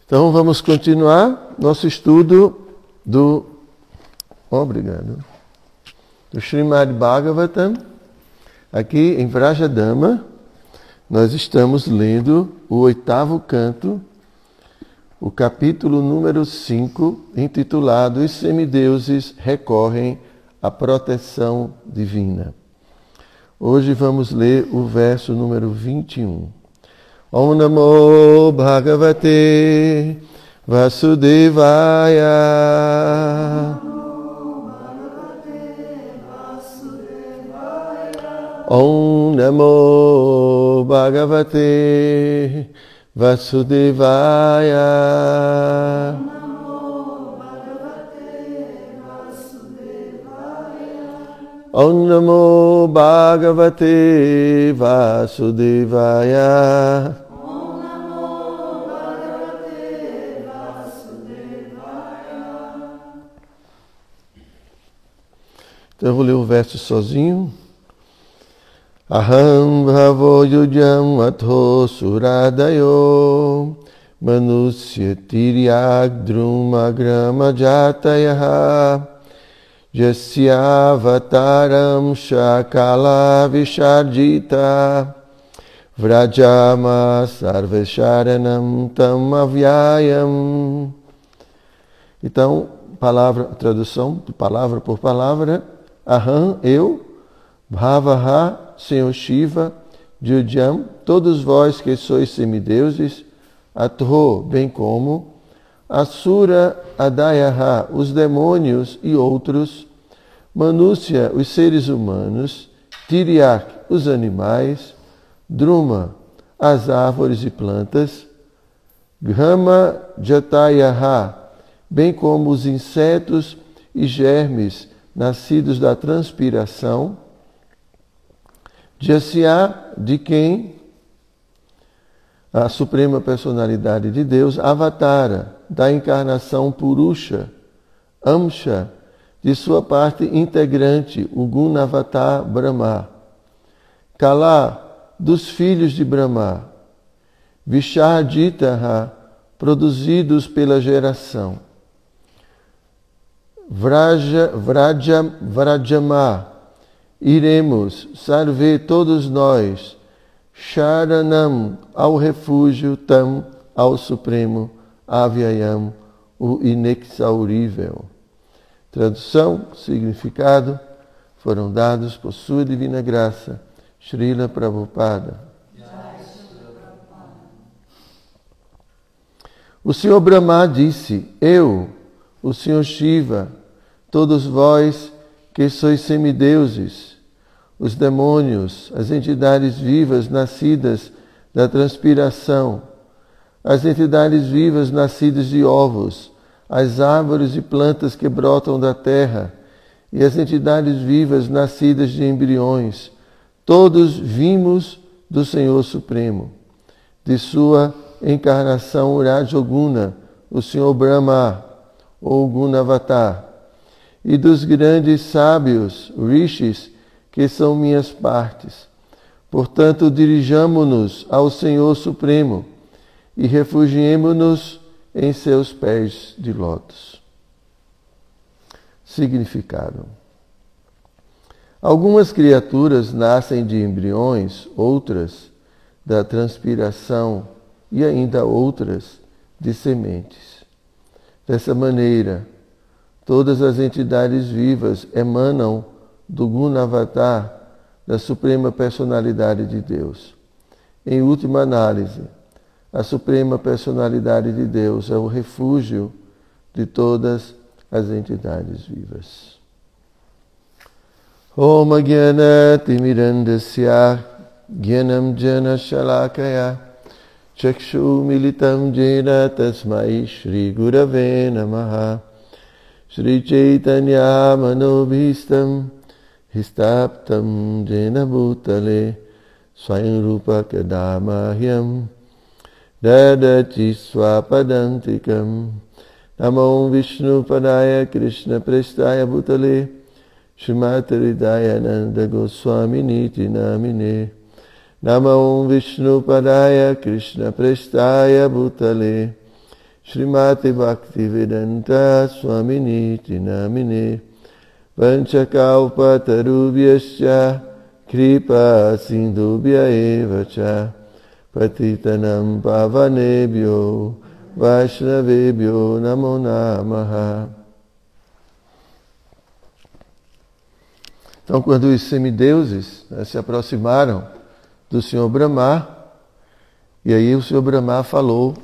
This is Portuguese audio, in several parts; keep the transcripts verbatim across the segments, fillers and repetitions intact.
Então vamos continuar nosso estudo do, obrigado, do Srimad Bhagavatam. Aqui em Vrajadama, nós estamos lendo o oitavo canto, o capítulo número cinco, intitulado Os semideuses recorrem à proteção divina. Hoje vamos ler o verso número vinte e um. Om Namo Bhagavate Vasudevaya. Om Namo Bhagavate Vasudevaya. Om Namo Bhagavate Vasudevaya. Om Namo Bhagavate Vasudevaya. Então eu vou ler o verso sozinho. Aham bhavo yujam atho suradayo manusya tiryag druma grama jatayaha jasyavataram shakala visharjita vrajama sarvesharanam tam avyayam. Então, palavra, tradução, palavra por palavra. Aham, eu, bhavaha, Senhor Shiva, Jujam, todos vós que sois semideuses, Atho, bem como, Asura, Adayaha, os demônios e outros, Manusya, os seres humanos, Tiryak, os animais, Druma, as árvores e plantas, Grama Jatayaha, bem como os insetos e germes nascidos da transpiração, Jasya, de quem a Suprema Personalidade de Deus, Avatara, da encarnação Purusha, Amsha, de sua parte integrante, o Gunavatar Brahma, Kala, dos filhos de Brahma, Visharditaha, produzidos pela geração, Vraja, Vraja, Vrajama, iremos, sarve todos nós, Sharanam, ao refúgio, Tam, ao Supremo, Avyayam, o inexaurível. Tradução, significado, foram dados por sua divina graça, Srila Prabhupada. O Senhor Brahma disse, eu, o Senhor Shiva, todos vós que sois semideuses, os demônios, as entidades vivas nascidas da transpiração, as entidades vivas nascidas de ovos, as árvores e plantas que brotam da terra, e as entidades vivas nascidas de embriões, todos vimos do Senhor Supremo, de sua encarnação Rajoguna, o Senhor Brahma, ou Gunavatar, e dos grandes sábios, rishis, que são minhas partes. Portanto, dirijamo-nos ao Senhor Supremo e refugiemo-nos em seus pés de lótus. Significado. Algumas criaturas nascem de embriões, outras da transpiração e ainda outras de sementes. Dessa maneira, todas as entidades vivas emanam do Gunavatar, da Suprema Personalidade de Deus. Em última análise, a Suprema Personalidade de Deus é o refúgio de todas as entidades vivas. Om Jnana Timirandasya Jnanam Jana Shalakaya Chakshu Militam Jena Tasmai Shri Gurave Namaha Shri Chaitanya Manobhistam Histaptam Jena Bhutale Swayam Rupa Kadamahyam Dadati Swapadantikam Namo Vishnu Padaya Krishna Prestaya Bhutale Shrimati Dayananda Goswami Niti Namine Namo Vishnu Padaya Krishna Prestaya Bhutale Srimati Bhaktivedanta Swamini Namine Vanchakalpatarubhyascha Kripa Sindhubhya Evacha Patitanam Pavanebhyo Vaishnavebhyo Namo Namaha. Então, quando os semideuses, né, se aproximaram do Senhor Brahma, e aí o Senhor Brahma falou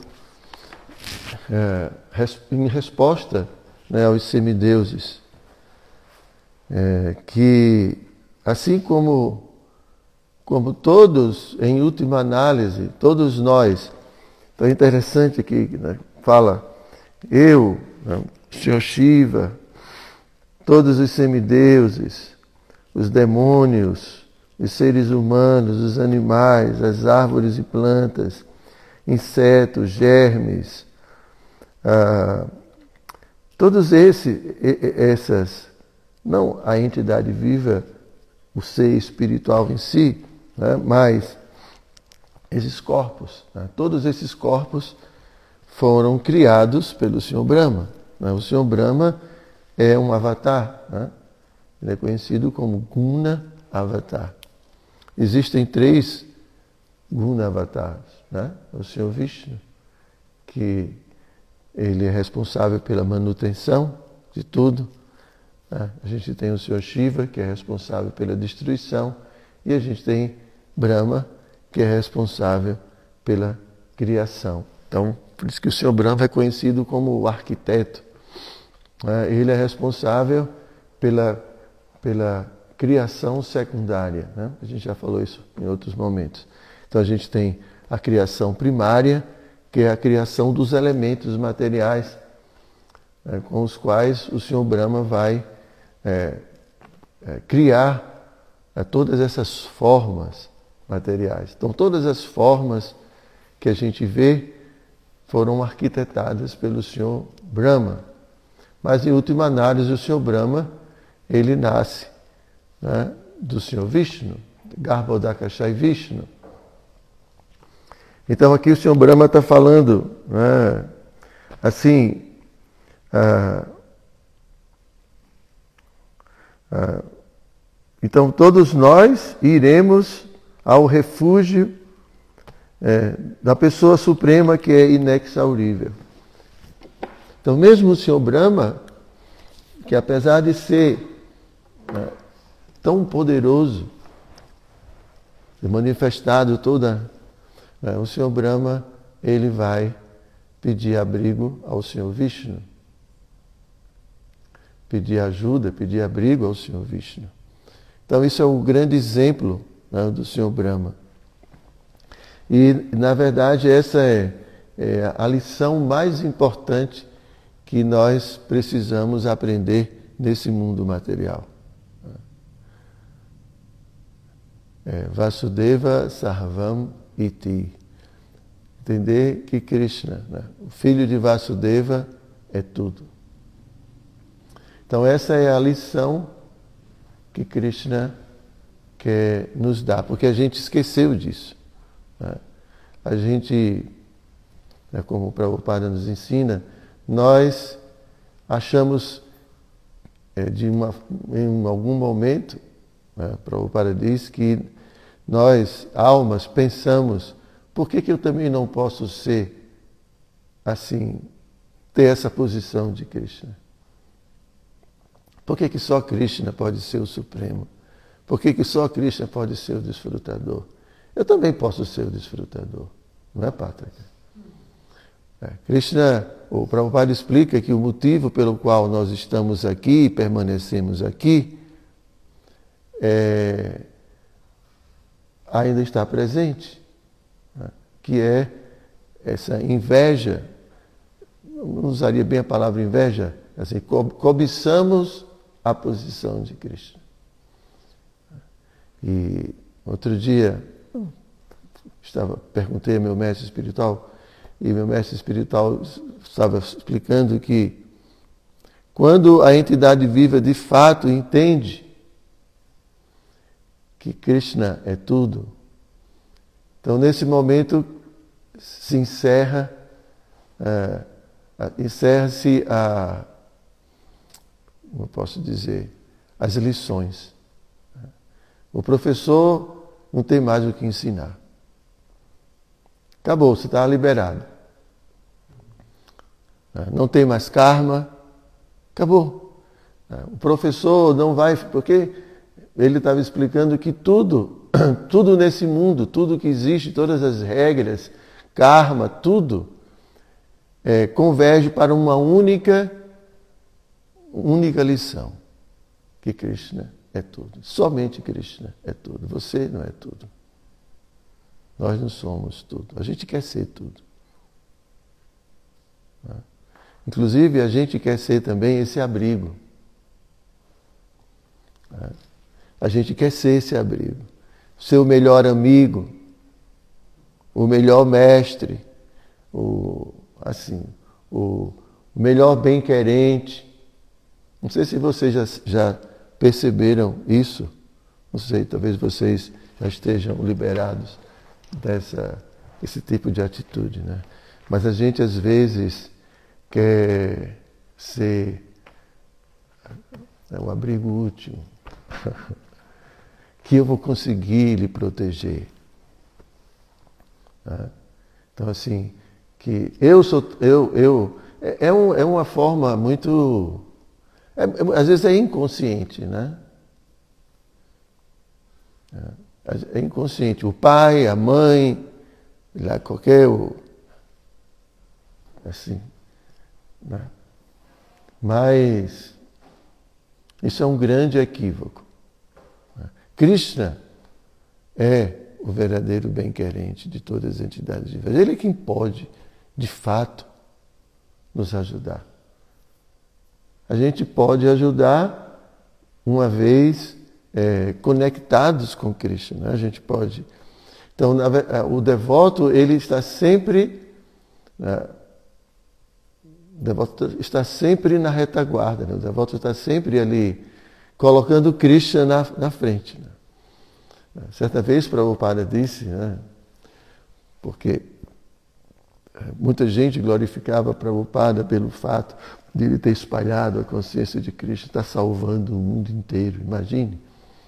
é, em resposta, né, aos semideuses, é, que assim como, como todos, em última análise, todos nós, então é interessante que, né, fala, eu, né, Senhor Shiva, todos os semideuses, os demônios, os seres humanos, os animais, as árvores e plantas, insetos, germes, ah, todos esses, essas, não a entidade viva, o ser espiritual em si, né, mas esses corpos, né, todos esses corpos foram criados pelo Senhor Brahma. Né? O Senhor Brahma é um avatar, né? Ele é conhecido como Guna Avatar. Existem três Guna Avatars, né? O Senhor Vishnu, que ele é responsável pela manutenção de tudo. Né? A gente tem o Senhor Shiva, que é responsável pela destruição, e a gente tem Brahma, que é responsável pela criação. Então, por isso que o Senhor Brahma é conhecido como o arquiteto. Né? Ele é responsável pela pela criação secundária, né? A gente já falou isso em outros momentos. Então a gente tem a criação primária, que é a criação dos elementos materiais, né, com os quais o Senhor Brahma vai é, é, criar é, todas essas formas materiais. Então todas as formas que a gente vê foram arquitetadas pelo Senhor Brahma. Mas em última análise o Senhor Brahma ele nasce, né, do Senhor Vishnu, Garbhodakashai Vishnu. Então aqui o Senhor Brahma está falando, né, assim, ah, ah, então todos nós iremos ao refúgio é, da pessoa suprema que é inexaurível. Então mesmo o Senhor Brahma, que apesar de ser né, tão poderoso, manifestado toda, né, o Senhor Brahma, ele vai pedir abrigo ao Senhor Vishnu, pedir ajuda, pedir abrigo ao Senhor Vishnu. Então isso é o grande exemplo, né, do Senhor Brahma. E na verdade essa é, é a lição mais importante que nós precisamos aprender nesse mundo material. É, Vasudeva Sarvam Iti. Entender que Krishna, né, o filho de Vasudeva, é tudo. Então essa é a lição que Krishna quer nos dar, porque a gente esqueceu disso. Né? A gente, né, como o Prabhupada nos ensina, nós achamos é, de uma, em algum momento, né, Prabhupada diz que nós, almas, pensamos, por que que eu também não posso ser assim, ter essa posição de Krishna? Por que que só Krishna pode ser o Supremo? Por que que só Krishna pode ser o desfrutador? Eu também posso ser o desfrutador, não é, Pátrica? É, Krishna, o Prabhupada explica que o motivo pelo qual nós estamos aqui e permanecemos aqui é, ainda está presente, né? Que é essa inveja, não usaria bem a palavra inveja, assim, cobiçamos a posição de Krishna. E outro dia, estava, perguntei ao meu mestre espiritual, e meu mestre espiritual estava explicando que quando a entidade viva de fato entende que Krishna é tudo, então nesse momento se encerra uh, encerra-se a, como eu posso dizer, as lições. O professor não tem mais o que ensinar. Acabou, você está liberado. Não tem mais karma, acabou. O professor não vai, porque ele estava explicando que tudo, tudo nesse mundo, tudo que existe, todas as regras, karma, tudo, é, converge para uma única, única lição, que Krishna é tudo. Somente Krishna é tudo. Você não é tudo. Nós não somos tudo. A gente quer ser tudo. Inclusive, a gente quer ser também esse abrigo. A gente quer ser esse abrigo. Ser o melhor amigo, o melhor mestre, o, assim, o melhor bem-querente. Não sei se vocês já, já perceberam isso. Não sei, talvez vocês já estejam liberados dessa, esse tipo de atitude, né? Mas a gente, às vezes, quer ser é, um abrigo útil, que eu vou conseguir lhe proteger. Então, assim, que eu sou, eu, eu, é, é, um, é uma forma muito, é, é, às vezes é inconsciente, né? É, é inconsciente. O pai, a mãe, lá qualquer, assim, né? Mas isso é um grande equívoco. Krishna é o verdadeiro bem-querente de todas as entidades vivas. Ele é quem pode, de fato, nos ajudar. A gente pode ajudar uma vez é, conectados com Krishna. Né? A gente pode. Então, o devoto, ele está sempre, né? o devoto está sempre na retaguarda. Né? O devoto está sempre ali, colocando Krishna na, na frente. Né? Certa vez, Prabhupada disse, né, porque muita gente glorificava Prabhupada pelo fato de ele ter espalhado a consciência de Krishna, estar salvando o mundo inteiro, imagine.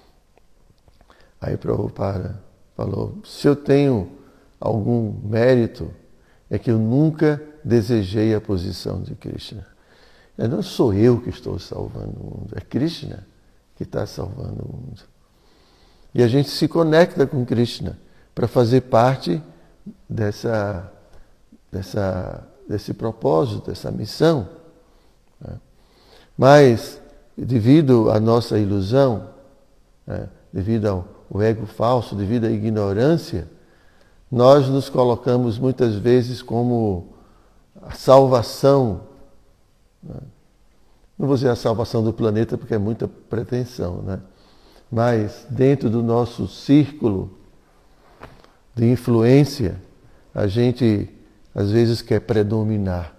Aí Prabhupada falou, se eu tenho algum mérito, é que eu nunca desejei a posição de Krishna. Não sou eu que estou salvando o mundo, é Krishna que está salvando o mundo. E a gente se conecta com Krishna para fazer parte dessa, dessa, desse propósito, dessa missão. Né? Mas, devido à nossa ilusão, né? devido ao, ao ego falso, devido à ignorância, nós nos colocamos muitas vezes como a salvação. Né? Não vou dizer a salvação do planeta porque é muita pretensão, né? Mas dentro do nosso círculo de influência, a gente às vezes quer predominar.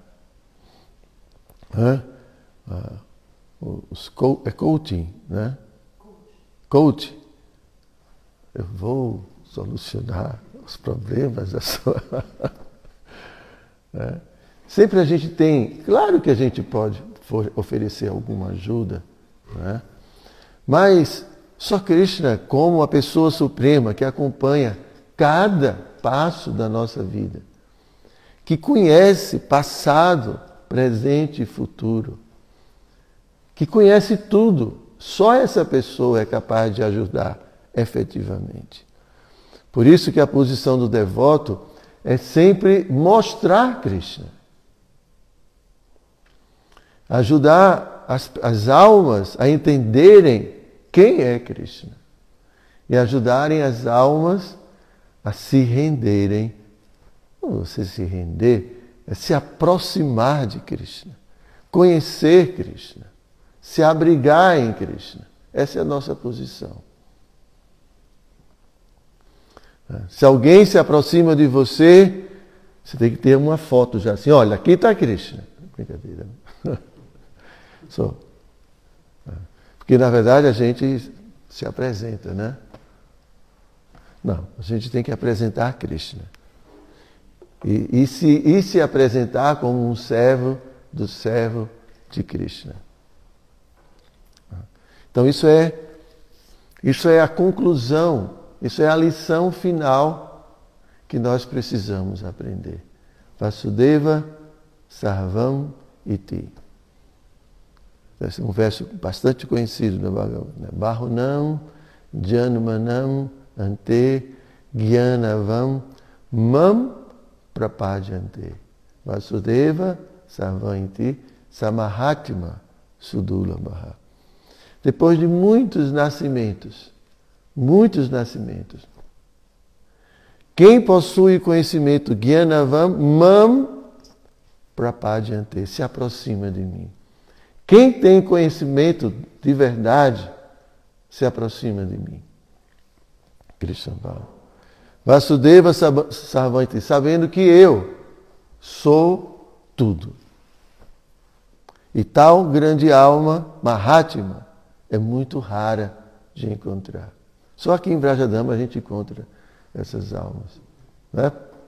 Hã? Ah, os co- é coaching, né? Coach. Eu vou solucionar os problemas da sua... né? Sempre a gente tem... Claro que a gente pode oferecer alguma ajuda, né? Mas... Só Krishna, como a pessoa suprema que acompanha cada passo da nossa vida, que conhece passado, presente e futuro, que conhece tudo, só essa pessoa é capaz de ajudar efetivamente. Por isso que a posição do devoto é sempre mostrar Krishna. Ajudar as, as almas a entenderem quem é Krishna? E ajudarem as almas a se renderem. Não, você se render é se aproximar de Krishna, conhecer Krishna, se abrigar em Krishna. Essa é a nossa posição. Se alguém se aproxima de você, você tem que ter uma foto já assim, olha, aqui está Krishna. Brincadeira. Só. Porque, na verdade, a gente se apresenta, né? Não, a gente tem que apresentar Krishna. E, e, se, e se apresentar como um servo do servo de Krishna. Então isso é, isso é a conclusão, isso é a lição final que nós precisamos aprender. Vasudeva Sarvam Iti. Esse é um verso bastante conhecido no Bhagavad Gita. Bahunam Janmanam Ante Gyanavam Mam Prapadyante. Vasudeva Sarvam Iti Samahatma Sudulabha. Depois de muitos nascimentos, muitos nascimentos, quem possui conhecimento Gyanavam Mam Prapadyante, se aproxima de mim. Quem tem conhecimento de verdade, se aproxima de mim. Krishna fala. Vasudeva Sarvanti, sabendo que eu sou tudo. E tal grande alma, Mahatma, é muito rara de encontrar. Só aqui em Vrajadama a gente encontra essas almas. Né?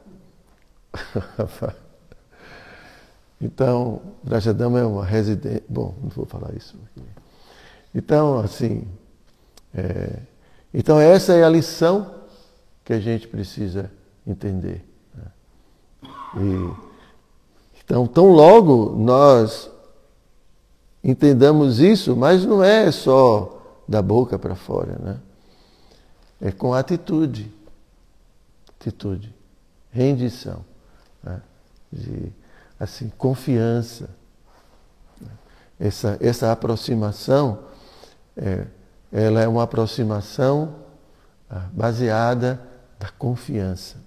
Então, Vrajadama é uma residência... Bom, não vou falar isso aqui. Então, assim... É... Então, essa é a lição que a gente precisa entender. Né? E... Então, tão logo nós entendamos isso, mas não é só da boca para fora, né? É com atitude. Atitude. Rendição. Né? De... assim, confiança. Essa, essa aproximação, é, ela é uma aproximação baseada na confiança.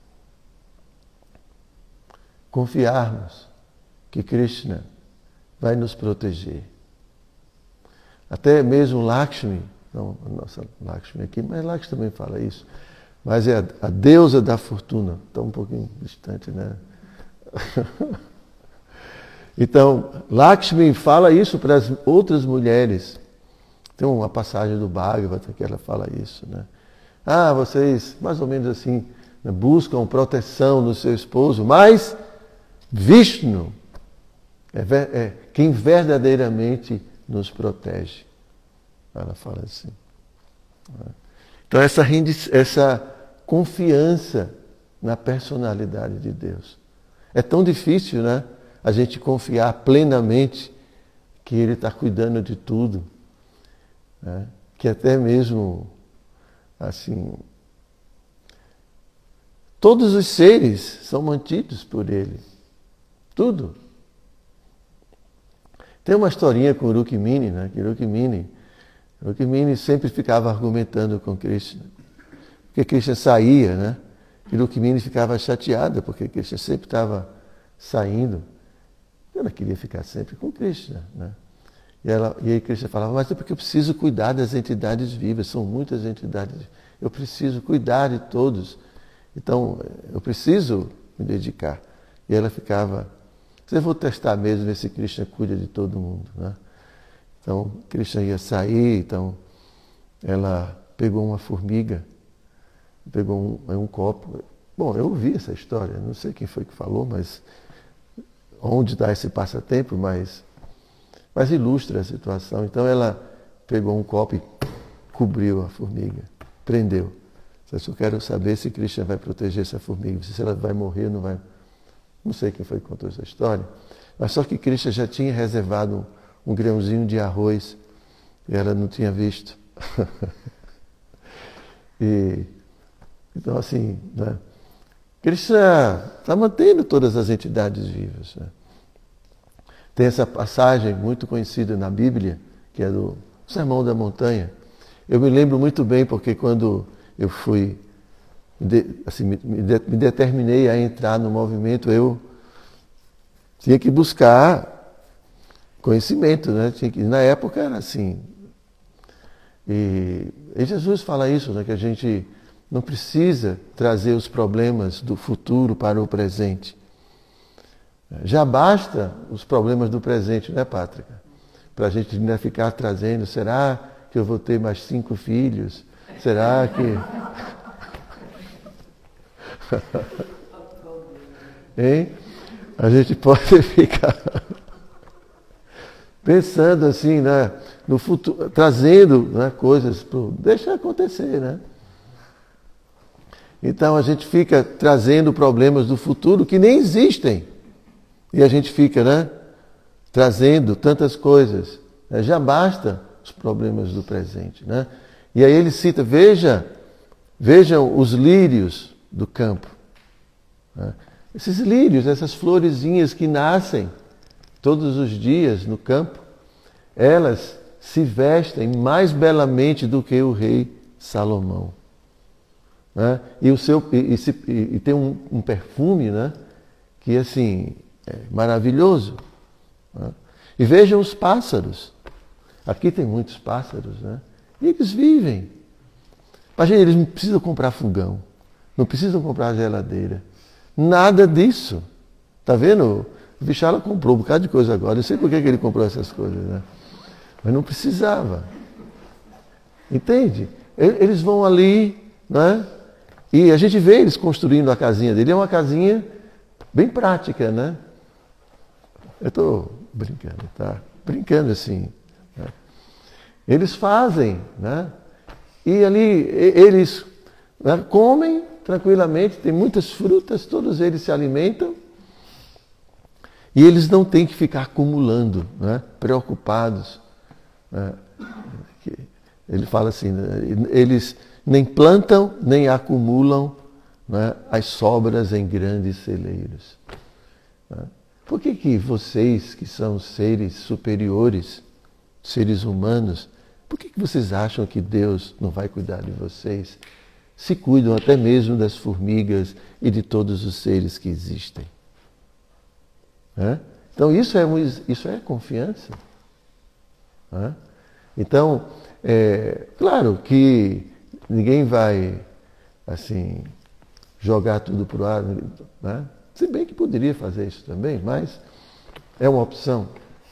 Confiarmos que Krishna vai nos proteger. Até mesmo Lakshmi, não a nossa Lakshmi aqui, mas Lakshmi também fala isso, mas é a, a deusa da fortuna, está um pouquinho distante, né? Então, Lakshmi fala isso para as outras mulheres. Tem uma passagem do Bhagavata que ela fala isso, né? Ah, vocês, mais ou menos assim, né, buscam proteção no seu esposo, mas Vishnu é, é quem verdadeiramente nos protege. Ela fala assim. Então, essa, essa confiança na personalidade de Deus. É tão difícil, né? A gente confiar plenamente que Ele está cuidando de tudo. Né? Que até mesmo, assim, todos os seres são mantidos por Ele. Tudo. Tem uma historinha com Rukmini, né? Que Rukmini, Rukmini sempre ficava argumentando com Krishna. Porque Krishna saía, né? E Rukmini ficava chateada, porque Krishna sempre estava saindo. Ela queria ficar sempre com Krishna, né? E, ela, e aí Krishna falava, mas é porque eu preciso cuidar das entidades vivas, são muitas entidades, eu preciso cuidar de todos, então eu preciso me dedicar. E ela ficava, eu vou testar mesmo, ver se Krishna cuida de todo mundo, né? Então Krishna ia sair, então ela pegou uma formiga, pegou um, um copo. Bom, eu ouvi essa história, não sei quem foi que falou, mas onde está esse passatempo, mas, mas ilustra a situação. Então ela pegou um copo e cobriu a formiga, prendeu. Eu só quero saber se Krishna vai proteger essa formiga, se ela vai morrer ou não vai. Não sei quem foi que contou essa história, mas só que Krishna já tinha reservado um, um grãozinho de arroz e ela não tinha visto. e, então assim, né? Krishna está mantendo todas as entidades vivas. Né? Tem essa passagem muito conhecida na Bíblia, que é do Sermão da Montanha. Eu me lembro muito bem, porque quando eu fui, assim, me, me determinei a entrar no movimento, eu tinha que buscar conhecimento, né? Tinha que, na época era assim. E, e Jesus fala isso, né? Que a gente não precisa trazer os problemas do futuro para o presente. Já basta os problemas do presente, né, Pátrica? Para a gente ainda ficar trazendo, será que eu vou ter mais cinco filhos? Será que... Hein? A gente pode ficar pensando assim, né, no futuro, trazendo, né, coisas, pro, deixa acontecer, né? Então a gente fica trazendo problemas do futuro que nem existem. E a gente fica, né, trazendo tantas coisas. Né? Já basta os problemas do presente, né? E aí ele cita, veja, vejam os lírios do campo. Né? Esses lírios, essas florezinhas que nascem todos os dias no campo, elas se vestem mais belamente do que o rei Salomão. Né? E, o seu, e, e, se, e, e tem um, um perfume, né, que assim, é maravilhoso. Né? E vejam os pássaros. Aqui tem muitos pássaros, né? E eles vivem. Imagina, eles não precisam comprar fogão, não precisam comprar geladeira. Nada disso. Está vendo? O Vichala comprou um bocado de coisa agora. Eu sei por que ele comprou essas coisas, né? Mas não precisava. Entende? Eles vão ali, né? E a gente vê eles construindo a casinha dele. É uma casinha bem prática, né? Eu estou brincando, tá? Brincando assim. Né? Eles fazem, né? E ali eles, né, comem tranquilamente, tem muitas frutas, todos eles se alimentam. E eles não têm que ficar acumulando, né? Preocupados. Né? Ele fala assim, né? Eles nem plantam, nem acumulam, né, as sobras em grandes celeiros. Né? Por que que vocês, que são seres superiores, seres humanos, por que que vocês acham que Deus não vai cuidar de vocês? Se cuidam até mesmo das formigas e de todos os seres que existem. Né? Então isso é, isso é confiança. Né? Então, é, claro que ninguém vai assim jogar tudo para o ar, né? Se bem que poderia fazer isso também, mas é uma opção.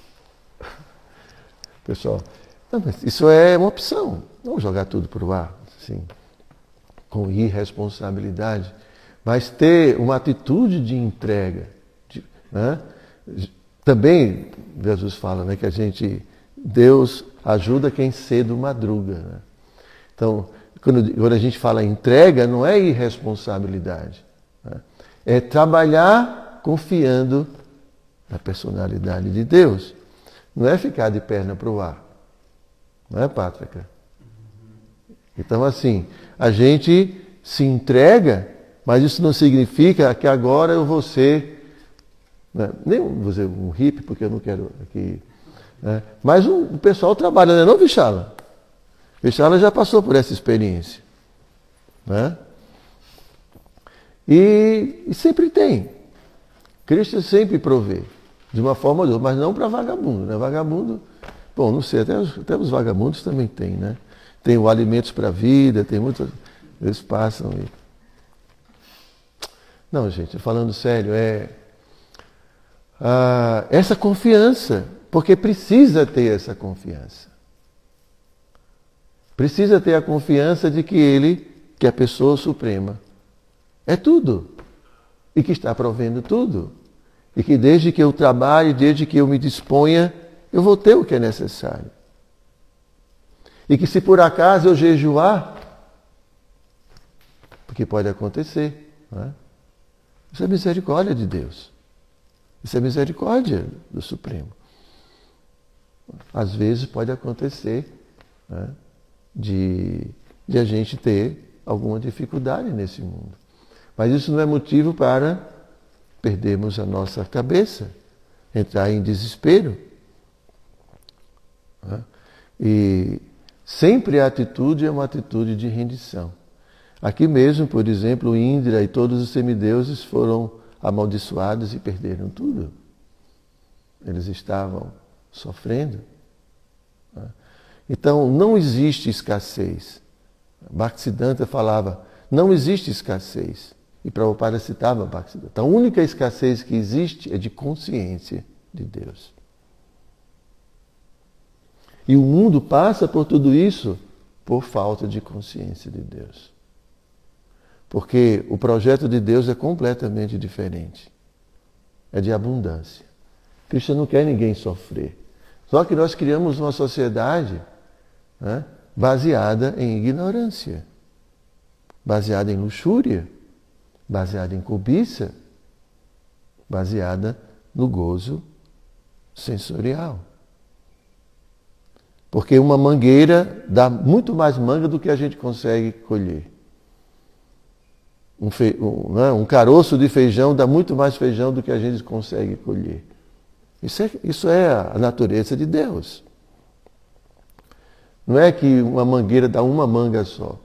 Pessoal, não, mas isso é uma opção, não jogar tudo para o ar, assim, com irresponsabilidade, mas ter uma atitude de entrega. De, né? Também Jesus fala, né, que a gente, Deus ajuda quem cedo madruga. Né? Então, quando, quando a gente fala entrega, não é irresponsabilidade. Né? É trabalhar confiando na personalidade de Deus. Não é ficar de perna para o ar. Não é, Pátrica? Então, assim, a gente se entrega, mas isso não significa que agora eu vou ser, né, nem vou ser um hippie, porque eu não quero aqui, né, mas o um, um pessoal trabalha, não é não, Vichala? Vichala já passou por essa experiência. Né? E, e sempre tem. Cristo sempre provê, de uma forma ou de outra, mas não para vagabundo. Né? Vagabundo, bom, não sei, até os, até os vagabundos também tem, né? Tem o alimentos para a vida, tem muitos, eles passam e... Não, gente, falando sério, é ah, essa confiança, porque precisa ter essa confiança. Precisa ter a confiança de que Ele, que é a pessoa suprema, é tudo. E que está provendo tudo. E que desde que eu trabalhe, desde que eu me disponha, eu vou ter o que é necessário. E que se por acaso eu jejuar, porque pode acontecer, não é? Isso é misericórdia de Deus. Isso é misericórdia do Supremo. Às vezes pode acontecer, né, de, de a gente ter alguma dificuldade nesse mundo. Mas isso não é motivo para perdermos a nossa cabeça, entrar em desespero. Né? E sempre a atitude é uma atitude de rendição. Aqui mesmo, por exemplo, Indra e todos os semideuses foram amaldiçoados e perderam tudo. Eles estavam sofrendo. Então, não existe escassez. Bhaktisiddhanta falava, não existe escassez. E Prabhupada citava Bhaktisiddhanta. A única escassez que existe é de consciência de Deus. E o mundo passa por tudo isso por falta de consciência de Deus. Porque o projeto de Deus é completamente diferente. é de abundância. Cristo não quer ninguém sofrer. Só que nós criamos uma sociedade, né, baseada em ignorância, baseada em luxúria, baseada em cobiça, baseada no gozo sensorial. Porque uma mangueira dá muito mais manga do que a gente consegue colher. Um, fe... um, né? um caroço de feijão dá muito mais feijão do que a gente consegue colher. Isso é, isso é a natureza de Deus. Não é que uma mangueira dá uma manga só.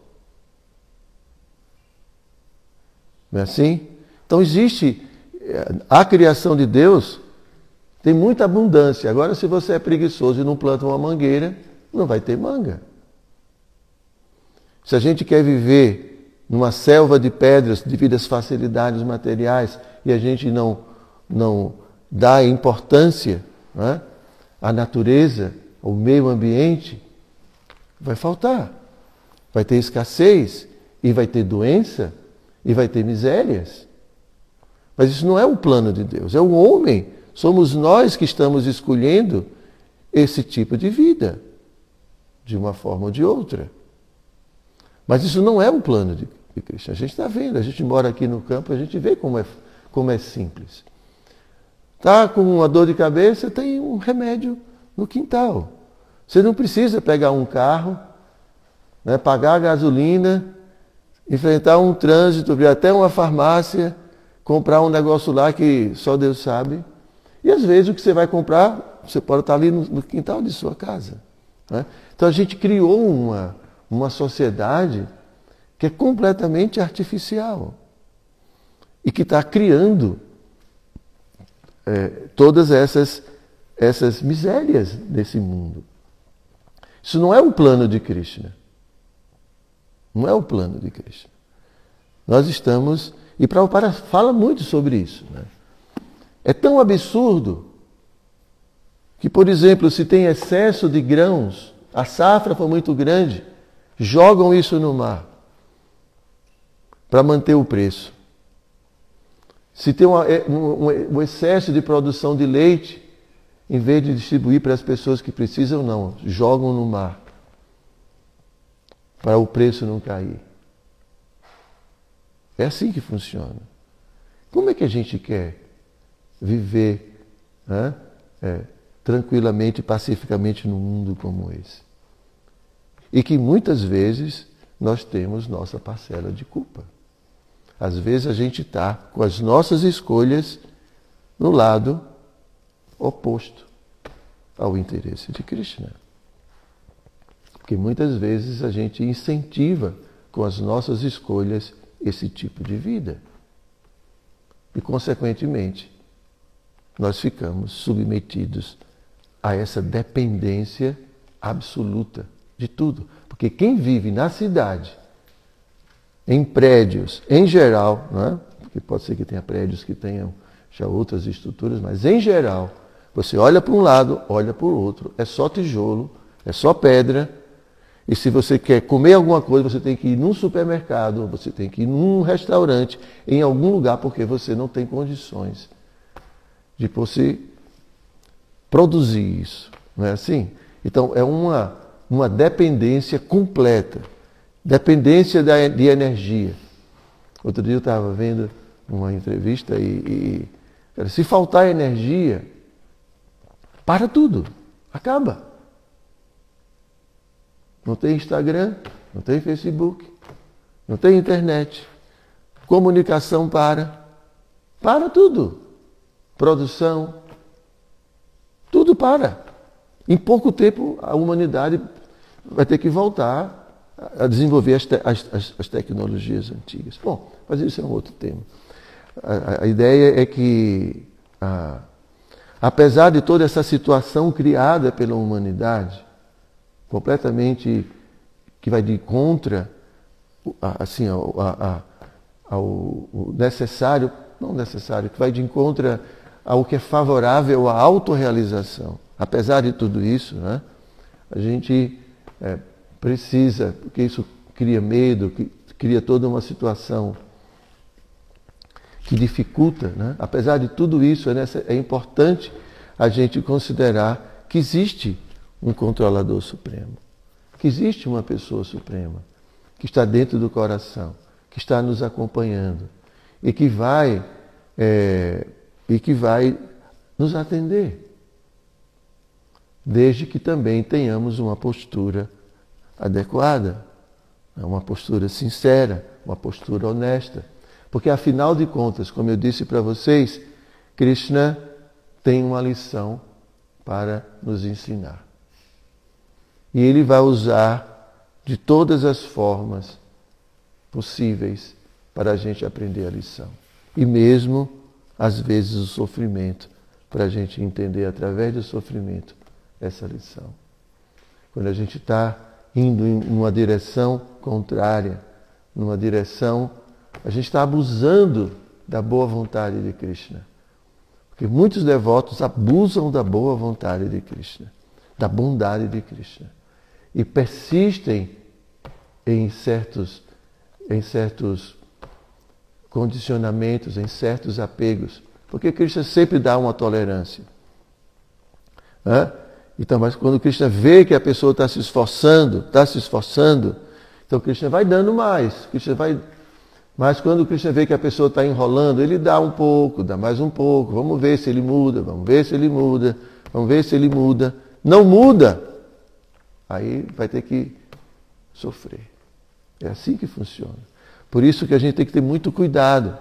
Não é assim? Então existe, a criação de Deus tem muita abundância. Agora, se você é preguiçoso e não planta uma mangueira, não vai ter manga. Se a gente quer viver numa selva de pedras devido às facilidades materiais e a gente não, não dá importância, né, à natureza, ao meio ambiente, vai faltar. Vai ter escassez e vai ter doença e vai ter misérias. Mas isso não é o plano de Deus, é o homem. Somos nós que estamos escolhendo esse tipo de vida, de uma forma ou de outra. Mas isso não é o plano de, de Cristo. A gente está vendo, a gente mora aqui no campo, a gente vê como é, como é simples. Está com uma dor de cabeça, tem um remédio no quintal. Você não precisa pegar um carro, né, pagar a gasolina, enfrentar um trânsito, vir até uma farmácia, comprar um negócio lá que só Deus sabe. E às vezes o que você vai comprar, você pode estar ali no, no quintal de sua casa. Né? Então a gente criou uma, uma sociedade que é completamente artificial e que está criando é, todas essas, essas misérias desse mundo. Isso não é o plano de Krishna. Não é o plano de Krishna. Nós estamos... E Prabhupada fala muito sobre isso, né? É tão absurdo que, por exemplo, se tem excesso de grãos, a safra foi muito grande, jogam isso no mar para manter o preço. Se tem uma, um, um excesso de produção de leite, em vez de distribuir para as pessoas que precisam, não, jogam no mar para o preço não cair. É assim que funciona. Como é que a gente quer viver, né, é, tranquilamente, pacificamente num mundo como esse? E que muitas vezes nós temos nossa parcela de culpa. Às vezes a gente está com as nossas escolhas no lado oposto ao interesse de Krishna. Porque muitas vezes a gente incentiva com as nossas escolhas esse tipo de vida. E, consequentemente, nós ficamos submetidos a essa dependência absoluta de tudo. Porque quem vive na cidade, em prédios, em geral, né? Porque pode ser que tenha prédios que tenham já outras estruturas, mas em geral, você olha para um lado, olha para o outro, é só tijolo, é só pedra. E se você quer comer alguma coisa, você tem que ir num supermercado, você tem que ir num restaurante, em algum lugar, porque você não tem condições de você produzir isso. Não é assim? Então, é uma, uma dependência completa. Dependência de energia. Outro dia eu estava vendo uma entrevista e, e cara, se faltar energia, para tudo, acaba. Não tem Instagram, não tem Facebook, não tem internet. Comunicação para. Para tudo. Produção. Tudo para. Em pouco tempo a humanidade vai ter que voltar a desenvolver as, te- as, as, as tecnologias antigas. Bom, mas isso é um outro tema. A, a ideia é que, a, apesar de toda essa situação criada pela humanidade, completamente que vai de contra assim, ao, a, a, ao necessário, não necessário, que vai de encontro ao que é favorável à autorrealização. Apesar de tudo isso, né, a gente é, precisa, porque isso cria medo, cria toda uma situação que dificulta, né? Apesar de tudo isso, é, nessa, é importante a gente considerar que existe um controlador supremo, que existe uma pessoa suprema, que está dentro do coração, que está nos acompanhando e que vai, é, e que vai nos atender, desde que também tenhamos uma postura adequada, uma postura sincera, uma postura honesta. Porque, afinal de contas, como eu disse para vocês, Krishna tem uma lição para nos ensinar. E ele vai usar de todas as formas possíveis para a gente aprender a lição. E mesmo, às vezes, o sofrimento, para a gente entender através do sofrimento essa lição. Quando a gente está indo em uma direção contrária, numa direção, a gente está abusando da boa vontade de Krishna. Porque muitos devotos abusam da boa vontade de Krishna, da bondade de Krishna. E persistem em certos, em certos condicionamentos, em certos apegos. Porque Krishna sempre dá uma tolerância. Hã? Então, mas quando Krishna vê que a pessoa está se esforçando, está se esforçando, então Krishna vai dando mais. Krishna vai... Mas quando Krishna vê que a pessoa está enrolando, ele dá um pouco, dá mais um pouco. Vamos ver se ele muda, vamos ver se ele muda, vamos ver se ele muda. Não muda, aí vai ter que sofrer. É assim que funciona. Por isso que a gente tem que ter muito cuidado.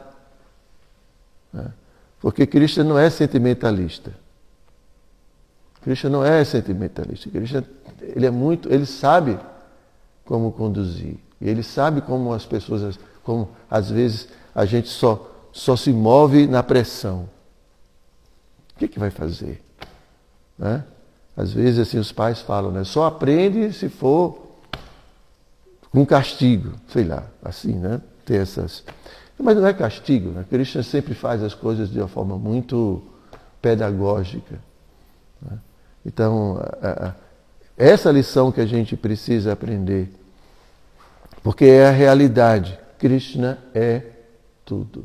Né? Porque Krishna não é sentimentalista. Krishna não é sentimentalista. Krishna, ele é muito, ele sabe como conduzir. E ele sabe como as pessoas, como às vezes a gente só, só se move na pressão. O que, que vai fazer? Né? Às vezes assim os pais falam, né? Só aprende se for com castigo, sei lá, assim, né? Ter essas... Mas não é castigo, né? Krishna sempre faz as coisas de uma forma muito pedagógica. Né? Então, a, a, essa lição que a gente precisa aprender, porque é a realidade. Krishna é tudo.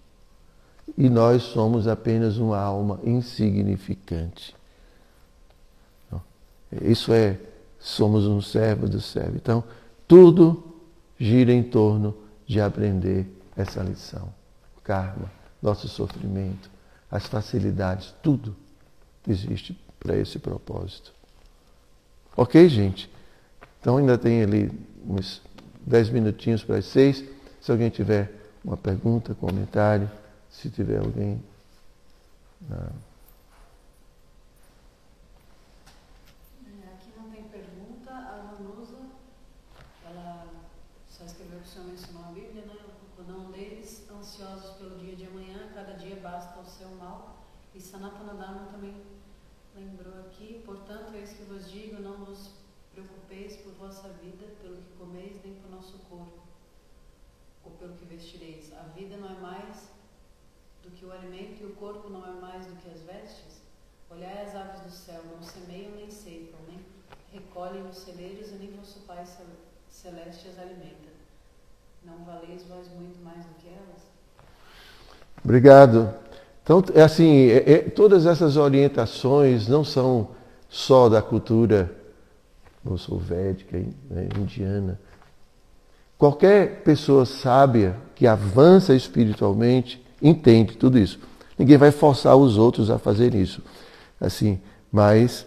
E nós somos apenas uma alma insignificante. Isso é, somos um servo do servo. Então, tudo gira em torno de aprender essa lição. O karma, nosso sofrimento, as facilidades, tudo existe para esse propósito. Ok, gente? Então ainda tem ali uns dez minutinhos para as seis. Se alguém tiver uma pergunta, comentário, se tiver alguém... Ah. Aqui não tem pergunta. A Vanusa, ela só escreveu que o senhor mencionou a Bíblia, né? Não deles, ansiosos pelo dia de amanhã, cada dia basta o seu mal. E Sanatana Dharma também lembrou aqui, portanto, eis que vos digo, não vos preocupeis por vossa vida, pelo que comeis, nem por nosso corpo, ou pelo que vestireis. A vida não é mais do que o alimento e o corpo não é mais do que as vestes? Olhai as aves do céu, não semeiam nem ceifam, nem recolhem nos celeiros, e nem vosso Pai celeste as alimenta. Não valeis vós muito mais do que elas? Obrigado. Então, é assim, é, é, todas essas orientações não são só da cultura védica, né, indiana. Qualquer pessoa sábia que avança espiritualmente entende tudo isso. Ninguém vai forçar os outros a fazer isso. Assim, mas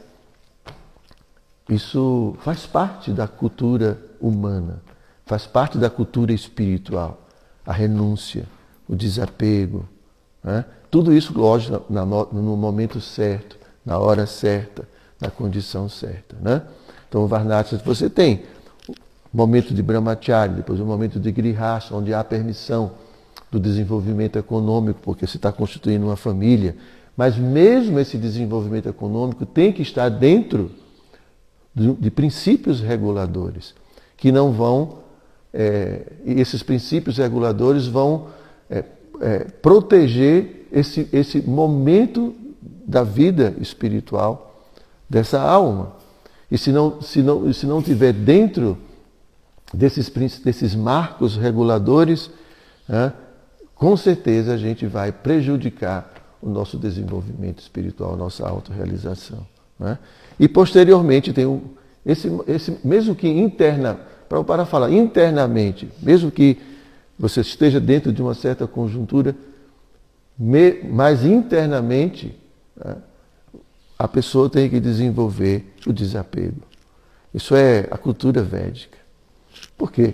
isso faz parte da cultura humana, faz parte da cultura espiritual. A renúncia, o desapego, né? Tudo isso, lógico, no momento certo, na hora certa, na condição certa. Né? Então, o Varnashram, você tem o momento de Brahmacharya, depois o momento de Grihastha, onde há permissão do desenvolvimento econômico, porque você está constituindo uma família. Mas mesmo esse desenvolvimento econômico tem que estar dentro de, de princípios reguladores, que não vão, é, esses princípios reguladores vão é, é, proteger esse, esse momento da vida espiritual dessa alma. E se não, se não, se não tiver dentro desses, desses marcos reguladores, né, com certeza a gente vai prejudicar o nosso desenvolvimento espiritual, a nossa autorrealização. Né? E posteriormente tem um, esse, esse, mesmo que interna, para, para falar internamente, mesmo que você esteja dentro de uma certa conjuntura, me, mas internamente, né, a pessoa tem que desenvolver o desapego. Isso é a cultura védica. Por quê?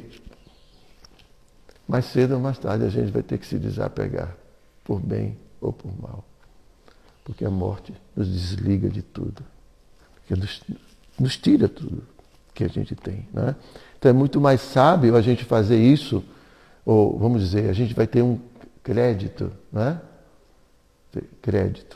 Mais cedo ou mais tarde a gente vai ter que se desapegar, por bem ou por mal. Porque a morte nos desliga de tudo. Porque nos, nos tira tudo que a gente tem. Né? Então é muito mais sábio a gente fazer isso, ou vamos dizer, a gente vai ter um crédito, né? Crédito.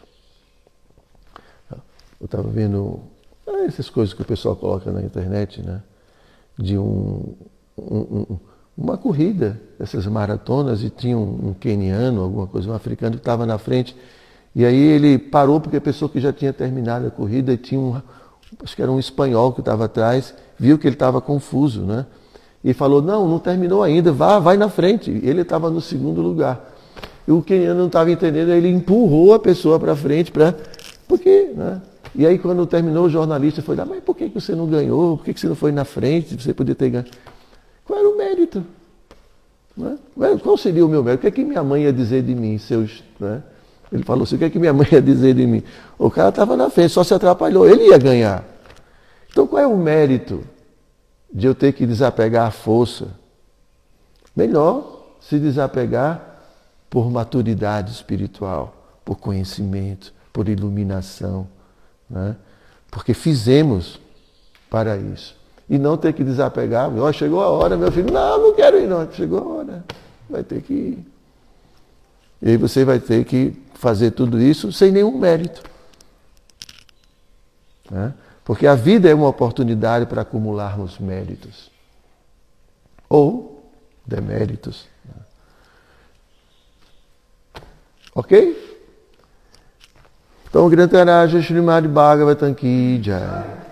Eu estava vendo essas coisas que o pessoal coloca na internet, né? De um, um, um, uma corrida, essas maratonas, e tinha um, um queniano, alguma coisa, um africano que estava na frente, e aí ele parou porque pensou que já tinha terminado a corrida, e tinha um, acho que era um espanhol que estava atrás, viu que ele estava confuso, né? E falou, não, não terminou ainda, vá, vai na frente. Ele estava no segundo lugar. E o queniano não estava entendendo, ele empurrou a pessoa para frente, para... Porque, né? E aí quando terminou, o jornalista foi lá, mas por que você não ganhou? Por que você não foi na frente? Você podia ter ganho. Qual era o mérito? Né? Qual seria o meu mérito? O que é que minha mãe ia dizer de mim? Seus, né? Ele falou assim, o que é que minha mãe ia dizer de mim? O cara estava na frente, só se atrapalhou, ele ia ganhar. Então qual é o mérito de eu ter que desapegar a força? Melhor se desapegar por maturidade espiritual, por conhecimento, por iluminação, né? Porque fizemos para isso. E não ter que desapegar, oh, chegou a hora, meu filho, não, não quero ir não, chegou a hora, vai ter que ir. E aí você vai ter que fazer tudo isso sem nenhum mérito. Né? Porque a vida é uma oportunidade para acumularmos méritos. Ou deméritos. Ok? Então, Grantaraja Srimad Bhagavatam Ki Jai.